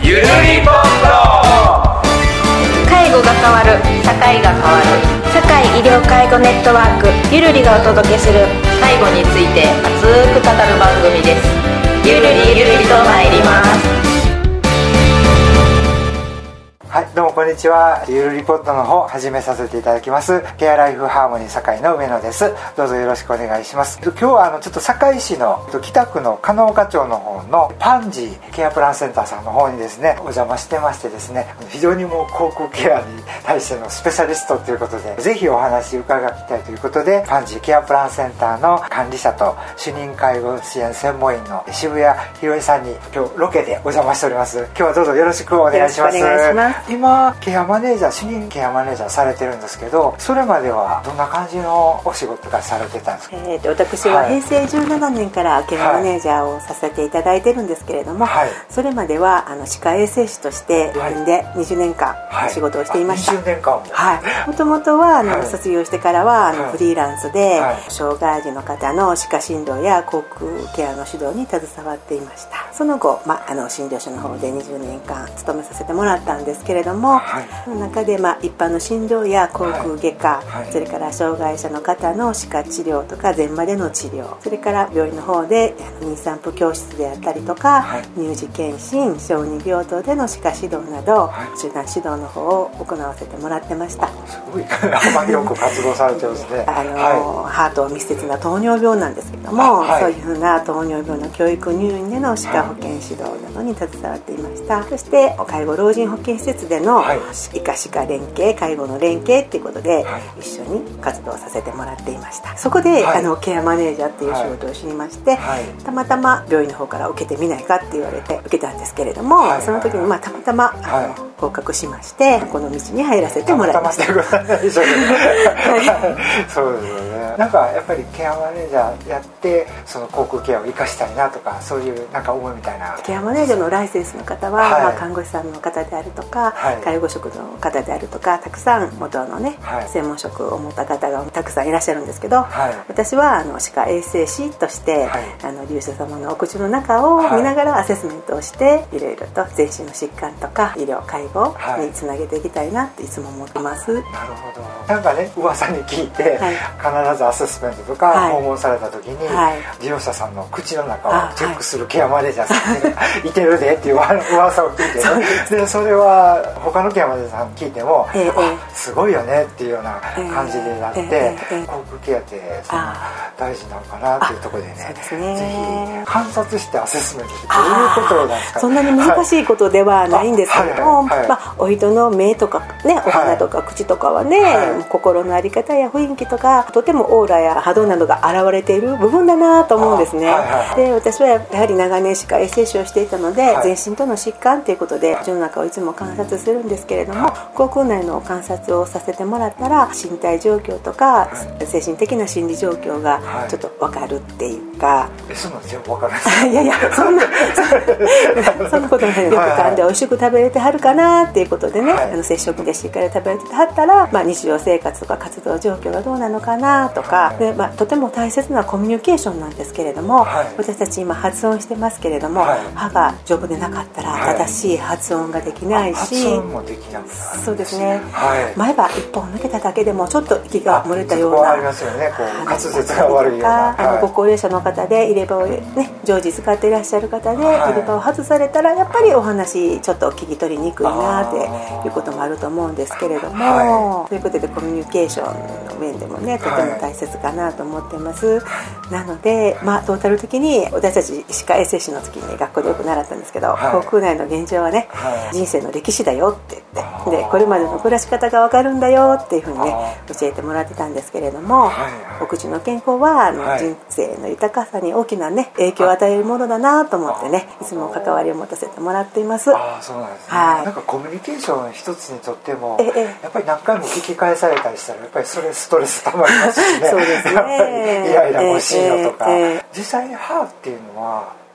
ゆるりぽん介護が変わる、社会が変わる、社会医療介護ネットワークゆるりがお届けする介護について熱く語る番組です。ゆるりゆるりと参ります。 はい、どうもこんにちは。ゆるリポートの方始めさせていただきます。ケアライフハーモニー堺の上野です。どうぞよろしくお願いします。今日はちょっと堺市の北区の加納課町の方のパンジーケアプランセンターさんの方にですねお邪魔してましてですね、非常にもう口腔ケアに対してのスペシャリストということでぜひお話伺いたいということで、パンジーケアプランセンターの管理者と主任介護支援専門員の渋谷博恵さんに今日ロケでお邪魔しております。今日はどうぞよろしくお願いします。 よろしくお願いします。 今ケアマネージャー、主任ケアマネージャーされてるんですけど、それまではどんな感じのお仕事がされてたんですか？ 私は平成17年からケアマネージャーをさせていただいてるんですけれども、はい、それまでは歯科衛生士として病院で20年間仕事をしていました。 20年間もともとは卒業してからはフリーランスで障害児の方の歯科診療や口腔ケアの指導に携わっていました。その後、診療所の方で20年間勤めさせてもらったんですけれども、その中で一般の診療や口腔外科、それから障害者の方の歯科治療とか全麻での治療、それから病院の方で妊産婦教室であったりとか、乳児健診、小児病棟での歯科指導など、集団指導の方を行わせてもらってました。 すごい幅広く活動されてるんですね。 ハート密接な糖尿病なんですけども、そういうふうな糖尿病の教育入院での歯科保健指導などに携わっていました。そして介護老人保健施設での医科歯科連携、介護の連携っていうことで一緒に活動させてもらっていました。そこで、ケアマネージャーっていう仕事を知りまして、たまたま病院の方から受けてみないかって言われて受けたんですけれども、その時にたまたま合格しまして、この道に入らせてもらいました。 そうですよね。なんかやっぱりケアマネージャーやってその口腔ケアを生かしたいなとか、そういうなんか思いみたいな。 ケアマネージャーのライセンスの方は、看護師さんの方であるとか、介護職の方であるとか、たくさん元のね、専門職を持った方がたくさんいらっしゃるんですけど、私は歯科衛生士として、利用者様のお口の中を見ながらアセスメントをして、いろいろと全身の疾患とか医療介護につなげていきたいなっていつも思ってます。なるほど。なんかね、噂に聞いて、必ずアセスメントとか訪問された時に、利用者さんの口の中をチェックするケアマネージャーさんがいてるでっていう噂を聞いて、でそれは他のケアマネージャーさん聞いても、すごいよねっていうような感じでなって、口腔ケアって大事なのかなっていうところでね、ぜひ観察してアセスメントってどういうことなんですかね。 そんなに難しいことではないんですけども、お人の目とかね、お鼻とか口とかはね、心の在り方や雰囲気とかとてもオーラや波動などが現れている部分だなと思うんですね。で、私はやはり長年歯科衛生士をしていたので、全身との疾患ということで口の中をいつも観察するんですけれども、口腔内の観察をさせてもらったら身体状況とか精神的な心理状況がちょっと分かるっていうか。 そうなんですよ、分かるんですよ。 いやそんなことない。よく噛んで美味しく食べれてはるかなっていうことでね、接触でしっかり食べれてはったら、日常生活とか活動状況がどうなのかなとかで、とても大切なコミュニケーションなんですけれども、私たち今発音してますけれども、歯が丈夫でなかったら正しい発音ができないし、 発音もできなくなるんですね。 そうですね、前歯一本抜けただけでもちょっと息が漏れたような、 ありますよね、こう滑舌が悪いような、 ご高齢者の方で入れ歯をね常時使っていらっしゃる方で、入れ歯を外されたらやっぱりお話ちょっと聞き取りにくいなっていうこともあると思うんですけれども、ということでコミュニケーションの面でもね、とても大切かなと思ってます。なのでトータル的に私たち歯科衛生士の時に学校でよく習ったんですけど、口腔内の現状はね、人生の歴史だよって言って、でこれまでの暮らし方が分かるんだよっていうふうにね教えてもらってたんですけれども、お口の健康は人生の豊かさに大きなね影響を与えるものだなと思ってね、いつも関わりを持たせてもらっています。 そうなんですね。なんかコミュニケーション一つにとっても、やっぱり何回も聞き返されたりしたらやっぱりそれストレスたまりますしね。 そうですね。 やっぱりイライラもしいのとか、実際に歯っていうのは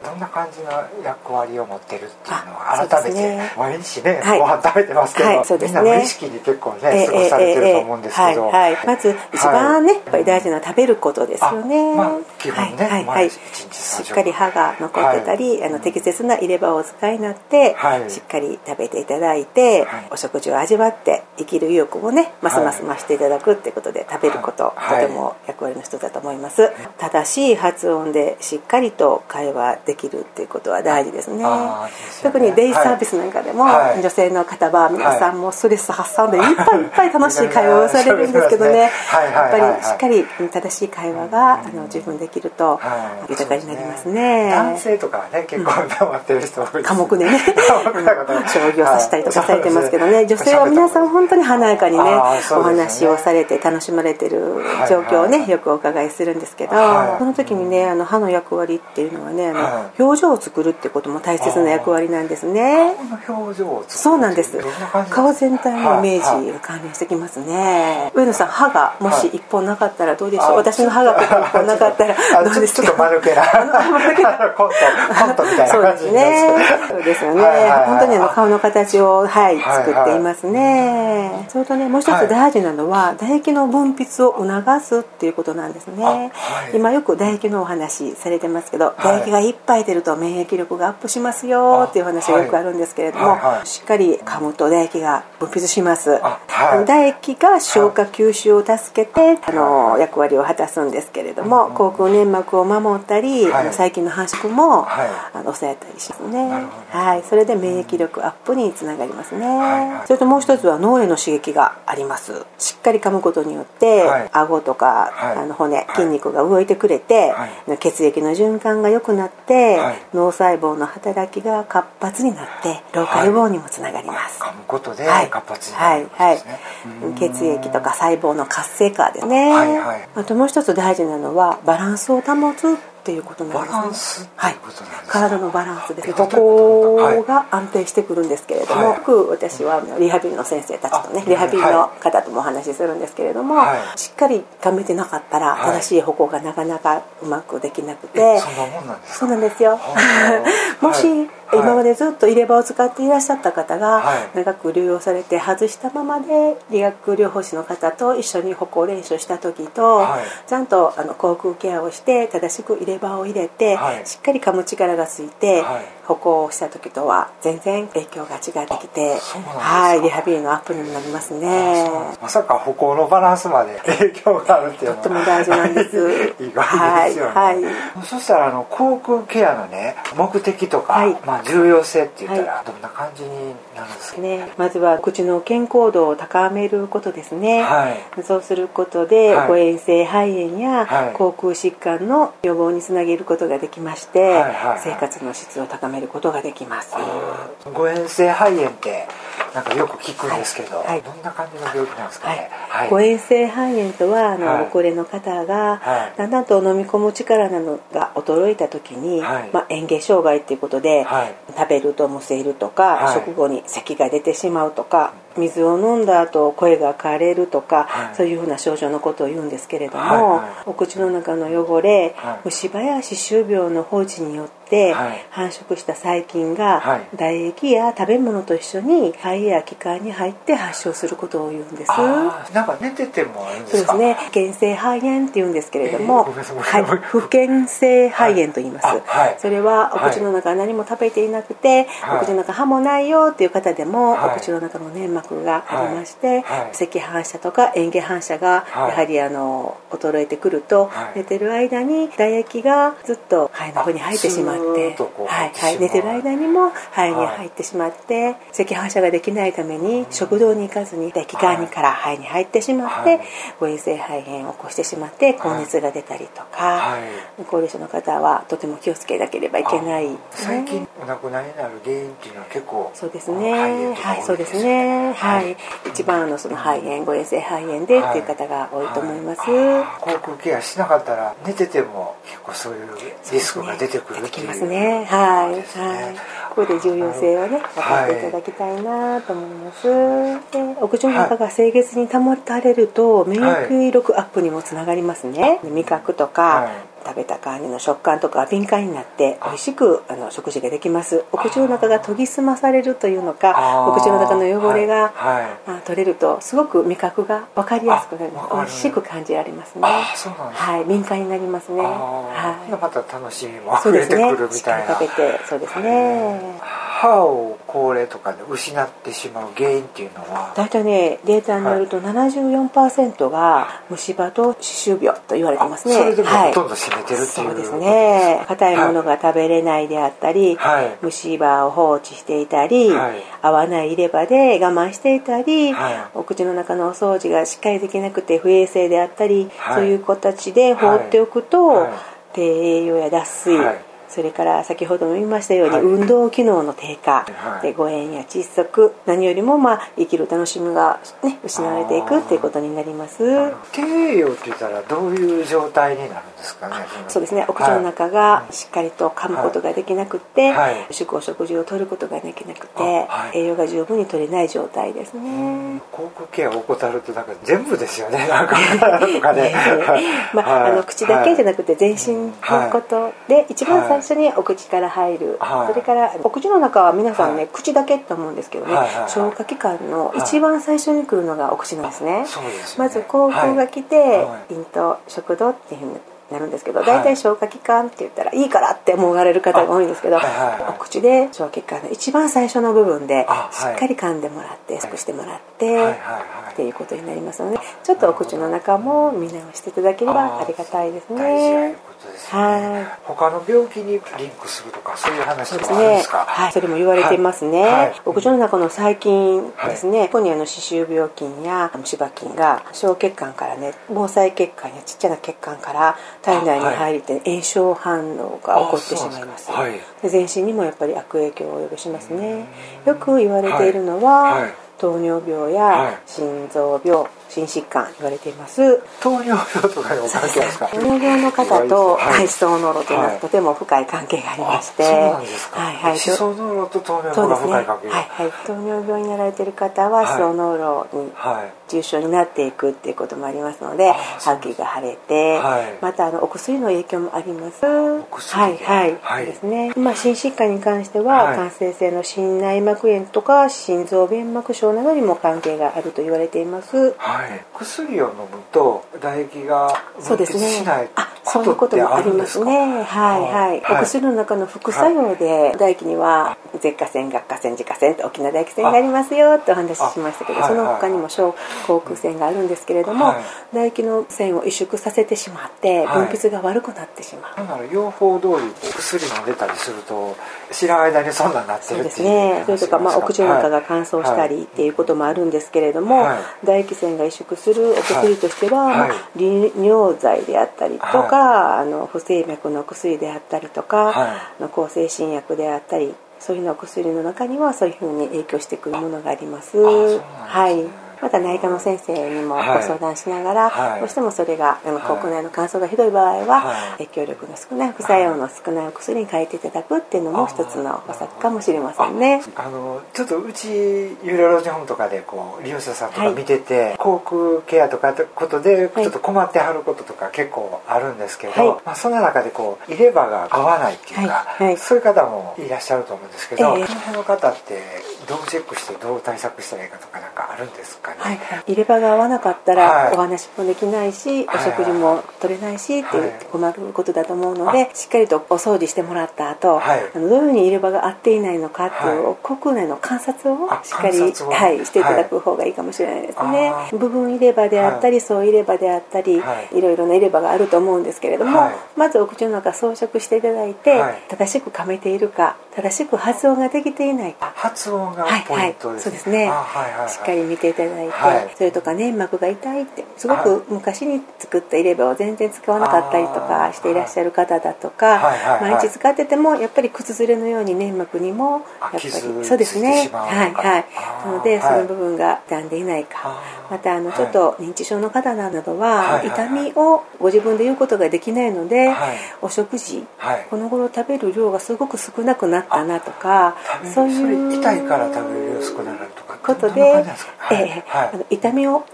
どんな感じの役割を持ってるっていうのは改めて、毎日ね、 はい、 ご飯食べてますけど、 はい、そうですね、 みんな無意識に結構ね、過ごされてると思うんですけど、 まず一番ね、やっぱり大事な食べることですよね。 基本ね、 はい、しっかり歯が残ってたり、適切な入れ歯をお使いになって、しっかり食べていただいて、お食事を味わって生きる意欲をね、ますます増していただくっていうことで、食べること、とても役割の一つだと思います。正しい発音でしっかりと会話できるっていうことは大事ですね。特にデイサービスなんかでも、女性の方は皆さんもストレス発散でいっぱいいっぱい楽しい会話をされるんですけどね、やっぱりしっかり正しい会話が十分できると豊かになりますね。 男性とかはね、結構黙ってる人多いです。 寡黙でね将棋を指したりとかされてますけどね、女性は皆さん本当に華やかにね、お話をされて楽しまれてる状況をね、よくお伺いするんですけど、その時にね、歯の役割っていうのはね、表情を作るってことも大切な役割なんですね。 顔の表情を作る、 そうなんです。顔全体のイメージが関連してきますね。上野さん、歯がもし一本なかったらどうでしょう。私の歯が一本なかったらどうですか。 ちょっと丸けなコントみたいな感じになるんですけど、 そうですよね。本当に顔の形を作っていますね。それとね、もう一つ大事なのは唾液の分泌を促すっていうことなんですね。今よく唾液のお話されてますけど、唾液がいっぱい出ると免疫力がアップしますよっていう話がよくあるんですけれども、しっかり噛むと唾液が分泌します。唾液が消化吸収を助けて役割を果たすんですけれども、口腔粘膜を守ったり、細菌の繁殖も抑えたりしますね。それで免疫力アップにつながりますね。それともう一つは脳への刺激があります。しっかり噛むことによって顎とか骨、筋肉が動いてくれて、血液の循環が良くなって、脳細胞の働きが活発になって老化予防にもつながります。 噛むことで活発になるんですね。 血液とか細胞の活性化ですね。あともう一つ大事なのはバランスを保つっていうことなんですね。 バランスっていうことなんですね。 体のバランスです。ここが安定してくるんですけれども、よく私はリハビリの先生たちとね、リハビリの方ともお話しするんですけれども、しっかり噛めてなかったら正しい歩行がなかなかうまくできなくて、 そんなもんなんですか。 そうなんですよ。もし今までずっと入れ歯を使っていらっしゃった方が長く療養されて外したままで理学療法士の方と一緒に歩行練習した時と、ちゃんと口腔ケアをして正しく入れ歯を入れて、しっかり噛む力がついて、歩行をした時とは全然影響が違ってきて、リハビリのアップになりますね。 まさか歩行のバランスまで影響があるっていうのはとっても大事なんです。 意外ですよね。そしたら口腔ケアのね、目的とか、重要性って言ったらどんな感じになるんですかね。 まずは口の健康度を高めることですね。そうすることで誤嚥性肺炎や口腔疾患の予防につなげることができまして、生活の質を高めることができます。 誤嚥性肺炎ってなんかよく聞くんですけど、どんな感じの病気なんですかね。 誤嚥性肺炎とはご高齢の方がだんだんと飲み込む力などが衰えた時に、嚥下障害ということで、食べるとむせるとか、食後に咳が出てしまうとか、水を飲んだ後声が枯れるとか、そういうふうな症状のことを言うんですけれども、お口の中の汚れ、虫歯や歯周病の放置によって繁殖した細菌が唾液や食べ物と一緒に肺や気管に入って発症することを言うんです。 なんか寝ててもあるんですか。 そうですね。不検性肺炎って言うんですけれども、不検性肺炎と言います。それはお口の中何も食べていなくて、お口の中歯もないよっていう方でも、お口の中の粘膜がありまして、赤反射とか嚥下反射がやはり衰えてくると、寝てる間に唾液がずっと肺の方に入ってしまって、寝てる間にも肺に入ってしまって、赤反射ができないために食道に行かずに気管から肺に入ってしまって、誤嚥性肺炎を起こしてしまって高熱が出たりとか、高齢者の方はとても気をつけなければいけない。 最近お亡くなりになる原因っていうのは結構そうですね。そうですね。一番その肺炎、誤嚥性肺炎でっていう方が多いと思います。 口腔ケアしなかったら寝てても結構そういうリスクが出てくるっていうことですね。 ここで重要性をね分かっていただきたいなと思います。で、お口の中が清潔に保たれると免疫力アップにもつながりますね。味覚とか食べた感じの食感とか敏感になって美味しく食事ができます。お口の中が研ぎ澄まされるというのか、お口の中の汚れが、取れるとすごく味覚が分かりやすくなります。美味しく感じられますね。 そうなんです、 はい、敏感になりますね。 また楽しみも増えてくるみたいな。 しっかり食べて、そうですね。 歯を高齢とかで失ってしまう原因っていうのは大体ね、データによると 74% が虫歯と歯周病と言われていますね。 それでもほとんど占めてるっていう、 そうですね。硬いものが食べれないであったり、虫歯を放置していたり、合わない入れ歯で我慢していたり、お口の中のお掃除がしっかりできなくて不衛生であったり、そういう子たちで放っておくと、低栄養や脱水、それから先ほども言いましたように、運動機能の低下、で誤嚥や窒息、何よりも生きる楽しみが、失われていくっていうことになります。 低栄養って言ったらどういう状態になるんですかね。 そうですね、お口の中がしっかりと噛むことができなくて、お食事を取ることができなくて、栄養が十分に取れない状態ですね。 口腔ケアを怠ると全部ですよね。なんかとかね。 口だけじゃなくて全身のことで、一番最初にお口から入る、それからお口の中は皆さんね、口だけって思うんですけどね、消化器官の一番最初に来るのがお口なんですね。まず口腔が来て、咽頭、食道っていうふうになるんですけど、大体消化器官って言ったらいいからって思われる方が多いんですけど、お口で消化器官の一番最初の部分でしっかり噛んでもらって食してもらってっていうことになりますので、ちょっとお口の中も見直していただければありがたいですね。 他の病気にリンクするとかそういう話もあるんですか。 それも言われていますね。お口の中の細菌ですね、ここに歯周病菌や虫歯菌が小血管からね、毛細血管やちっちゃな血管から体内に入って炎症反応が起こってしまいます。で全身にもやっぱり悪影響を及ぼしますね。よく言われているのは、糖尿病や心臓病、心疾患言われています。 糖尿病とかにも関係あるんですか。 糖尿病の方と歯槽膿漏というのはとても深い関係がありまして、 そうなんですか。歯槽膿漏と糖尿病が深い関係が。 糖尿病になられている方は歯槽膿漏に重症になっていくっていうこともありますので、歯茎が腫れて、またお薬の影響もあります。ですね。心疾患に関しては、感染性の心内膜炎とか心臓弁膜症などにも関係があると言われています。 薬を飲むと唾液が分泌しないそういうこともありますね。お薬の中の副作用で唾液には舌下腺、顎下腺、耳下腺と大きな唾液腺がありますよとお話ししましたけど、その他にも小口腔腺があるんですけれども、唾液の腺を萎縮させてしまって分泌が悪くなってしまう。 用法通り薬飲んでたりすると知らん間にそんなになってるっていう。 そうですね。それとかお口の中が乾燥したりっていうこともあるんですけれども、唾液腺が萎縮するお薬としては、利尿剤であったりとか、不整脈の薬であったりとか、抗精神薬であったり、そういうのお薬の中にはそういうふうに影響してくるものがあります。また内科の先生にもご相談しながら、どうしてもそれが口腔内の乾燥がひどい場合は、影響力の少ない副作用の少ないお薬に変えていただくっていうのも一つの方策かもしれませんね。 ちょっとうちユーラ老人ホームとかで利用者さんとか見てて、口腔ケアとかってことでちょっと困ってはることとか結構あるんですけど、その中で入れ歯が合わないっていうか、そういう方もいらっしゃると思うんですけど、その辺の方ってどうチェックしてどう対策したらいいかとかなんかあるんですかね。 入れ歯が合わなかったらお話もできないし、お食事も取れないしっていう困ることだと思うので、しっかりとお掃除してもらった後、どういうふうに入れ歯が合っていないのかっていう口腔内の観察をしっかりしていただく方がいいかもしれないですね。部分入れ歯であったり総入れ歯であったり、いろいろな入れ歯があると思うんですけれども、まずお口の中装飾していただいて、正しく噛めているか、正しく発音ができていないか、 発音がポイントですね。 そうですね。しっかり見ていただいて、それとか粘膜が痛いってすごく昔に作った入れ歯を全然使わなかったりとかしていらっしゃる方だとか、毎日使っててもやっぱり靴ずれのように粘膜にもやっぱりそうですね。なのでその部分が傷んでいないか、またちょっと認知症の方などは痛みをご自分で言うことができないので、お食事この頃食べる量がすごく少なくなったなとか、そういう痛いから食べる量少なくなるとかことで痛みを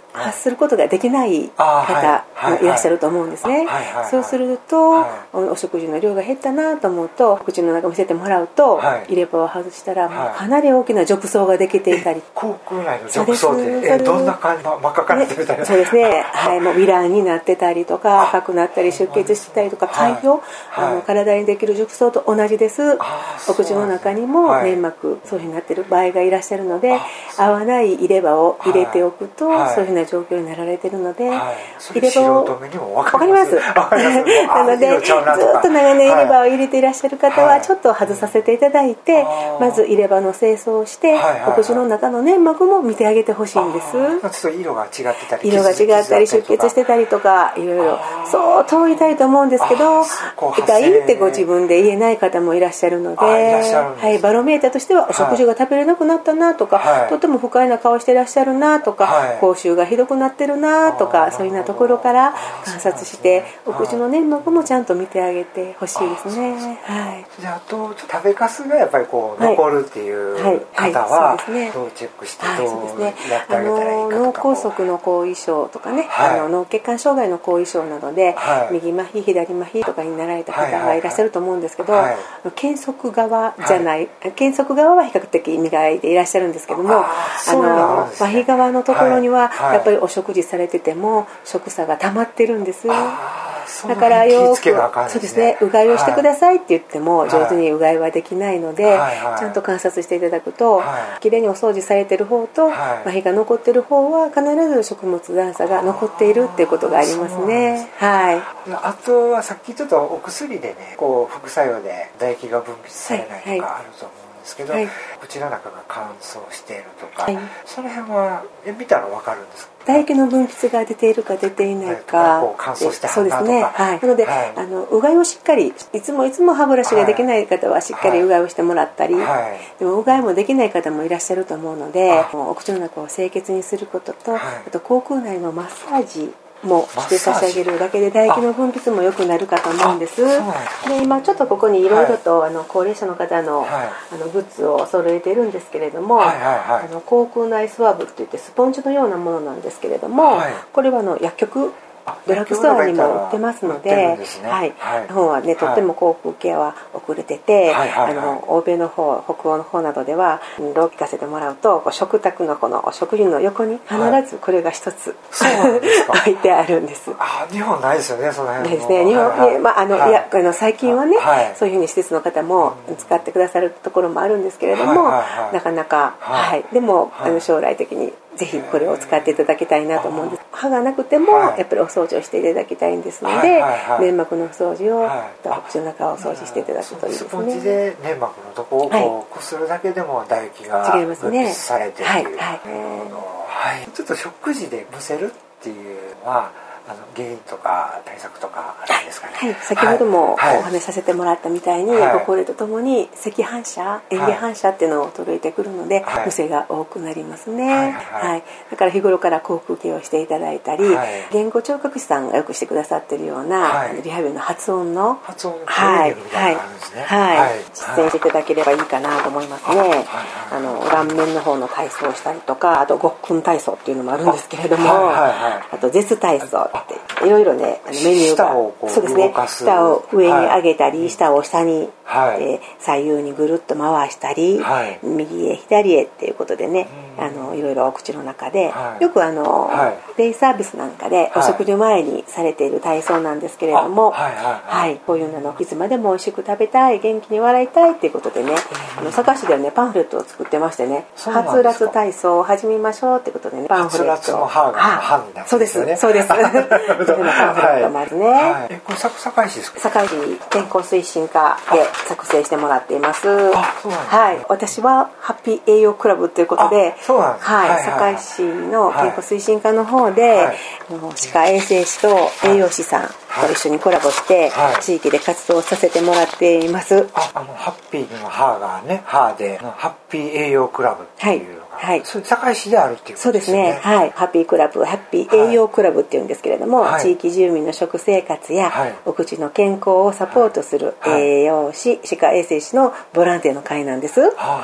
発することができない方もいらっしゃると思うんですね。そうすると、お食事の量が減ったなと思うと口の中見せてもらうと、入れ歯を外したらもうかなり大きな褥瘡ができていたり、 口腔内の褥瘡ってどんな感じ、真っ赤かなってみたいな、 そうですね、もう糜爛になってたりとか赤くなったり出血してたりとか、潰瘍、体にできる褥瘡と同じです。お口の中にも粘膜、そういうふうになっている場合がいらっしゃるので、合わない入れ歯を入れておくと、そういうふうな状況になられているので、 入れ歯を分かりますなのでずっと長年入れ歯を入れていらっしゃる方はちょっと外させていただいて、まず入れ歯の清掃をして、お口の中の粘膜も見てあげてほしいんです。 ちょっと色が違ってたり、 出血してたりとか、いろいろ相当痛いと思うんですけど、痛いってご自分で言えない方もいらっしゃるので、バロメーターとしてはお食事が食べれなくなったなとか、とても不快な顔してらっしゃるなとか、口臭がひどくなってるなとか、そういうようなところから観察してお口の粘膜もちゃんと見てあげてほしいですね。 じゃあ、あと食べかすがやっぱりこう残るっていう方はどうチェックしてどうやってあげたらいいかとか、 脳梗塞の後遺症とかね、脳血管障害の後遺症などで右麻痺左麻痺とかになられた方がいらっしゃると思うんですけど、腱側側じゃない、腱側側は比較的磨いていらっしゃるんですけども、麻痺側のところにはやっぱりお食事されてても食差が溜まってるんです。だからよくそうですね、うがいをしてくださいって言っても上手にうがいはできないので、ちゃんと観察していただくと、きれいにお掃除されてる方と麻痺が残ってる方は必ず食物残差が残っているっていうことがありますね。 あとはさっきちょっとお薬でね、こう副作用で唾液が分泌されないとかあると思うんですけど、口の中が乾燥しているとか、その辺は見たら分かるんですか？ 唾液の分泌が出ているか出ていないか、 乾燥してそうですね。なので、うがいをしっかり、いつも歯ブラシができない方はしっかりうがいをしてもらったり、でもうがいもできない方もいらっしゃると思うので、お口の中を清潔にすることと、あと口腔内のマッサージもして差し上げるだけで唾液の分泌も良くなるかと思うんです。で、今ちょっとここにいろいろと高齢者の方のグッズを揃えているんですけれども、口腔内スワブといってスポンジのようなものなんですけれども、これは薬局ドラッグストアにも売ってますので、日本はねとっても口腔ケアは遅れてて、欧米の方、北欧の方などでは聞かせてもらうと、食卓のこのお食事の横に必ずこれが一つ置いてあるんです。 日本ないですよね、その辺。 ないですね。日本最近はね、そういうふうに施設の方も使ってくださるところもあるんですけれども、なかなかでも将来的にぜひこれを使っていただきたいなと思うんです。歯がなくてもやっぱりお掃除をしていただきたいんですので、粘膜の掃除を、お口の中を掃除していただくといいですね。 スポンジで粘膜のところをこするだけでも唾液が分泌されている。ちょっと食事でむせるっていうのは原因とか対策とかあるんですかね。 先ほどもお話しさせてもらったみたいに、ご高齢とともに赤反射、嚥下反射っていうのを届いてくるので、むせが多くなりますね。だから日頃から口腔ケアをしていただいたり、言語聴覚士さんがよくしてくださってるようなリハビリの発音のトレーニングみたいなのがあるんですね。 実践していただければいいかなと思いますね。顔面の方の体操をしたりとか、あとごっくん体操っていうのもあるんですけれども、あと舌体操っていろいろねメニューが、そうですね、舌を上に上げたり、舌を下に左右にぐるっと回したり、右へ左へっていうことでね、いろいろお口の中でよくデイサービスなんかでお食事前にされている体操なんですけれども、こういうのいつまでも美味しく食べたい、元気に笑いたいっていうことでね、堺市ではねパンフレットを作ってましてね、はつらつ体操を始めましょうってことでね、パンフレットを、そうですそうですパンフレットもあるね。 これ堺市ですか？ 堺市健康推進課で作成してもらっています。私はハッピー栄養クラブということで、堺市の健康推進課の方で歯科衛生士と栄養士さんと一緒にコラボして地域で活動させてもらっています。 ハッピーの歯がね、歯でハッピー栄養クラブっていうのが堺市であるっていうことですね。 そうですね。ハッピークラブ、ハッピー栄養クラブっていうんですけれども、地域住民の食生活やお口の健康をサポートする栄養士、歯科衛生士のボランティアの会なんです。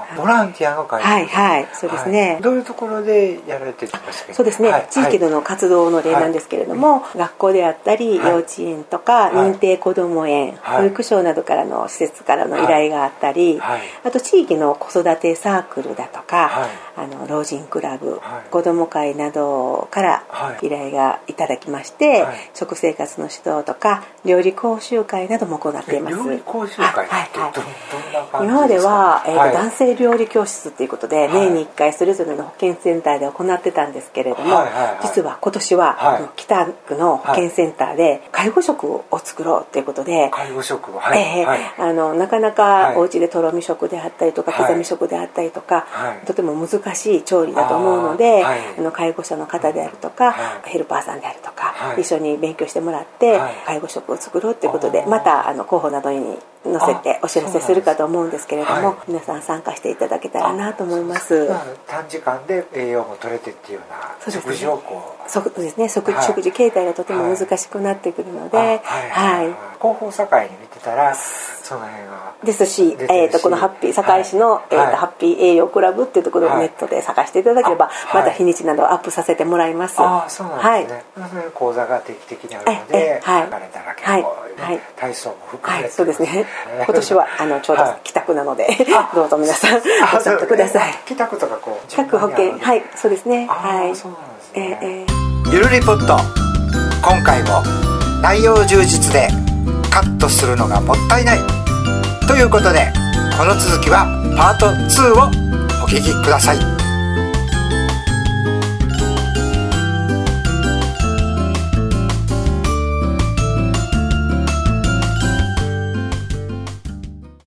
ボランティアの会はいはい、そうですね、 どういうところでやられてるんですか？ そうですね、地域での活動の例なんですけれども、学校であったり幼稚園とか認定こども園、保育所などからの施設からの依頼があったり、あと地域の子育てサークルだとか、老人クラブ、子ども会などから依頼がいただきまして、食生活の指導とか料理講習会なども行っています。 料理講習会ってどんな感じですか？ 今までは、男性料理教室ということで、年に1回それぞれの保健センターで行ってたんですけれども、実は今年は、北区の保健センターで介護食を作ろうということで、 介護食を、 なかなかお家でとろみ食であったりとか刻み食であったりとか、とても難しい調理だと思うので、介護者の方であるとか、ヘルパーさんであるとか、一緒に勉強してもらって、介護食を作ろうということで、また広報などに載せてお知らせするかと思うんですけれども、皆さん参加していただけたらなと思います。 短時間で栄養も取れてっていうような食事をこう、 そうですね、食事形態がとても難しくなってくるので、 広報堺に見てたらその辺がですし、このハッピー堺市の、ハッピー栄養クラブっていうところをネットで探していただければ、また日にちなどをアップさせてもらいます。 そうなんですね。講座が定期的にあるので、行かれたら結構体操も含めて、 そうですね。今年はちょうど北区なので、どうぞ皆さんご参加ください。 北区とかこう北区保健、そうですね。 そうなんですね。 ゆるりポット、今回も内容充実でカットするのがもったいないということで、この続きはパート2をお聞きください。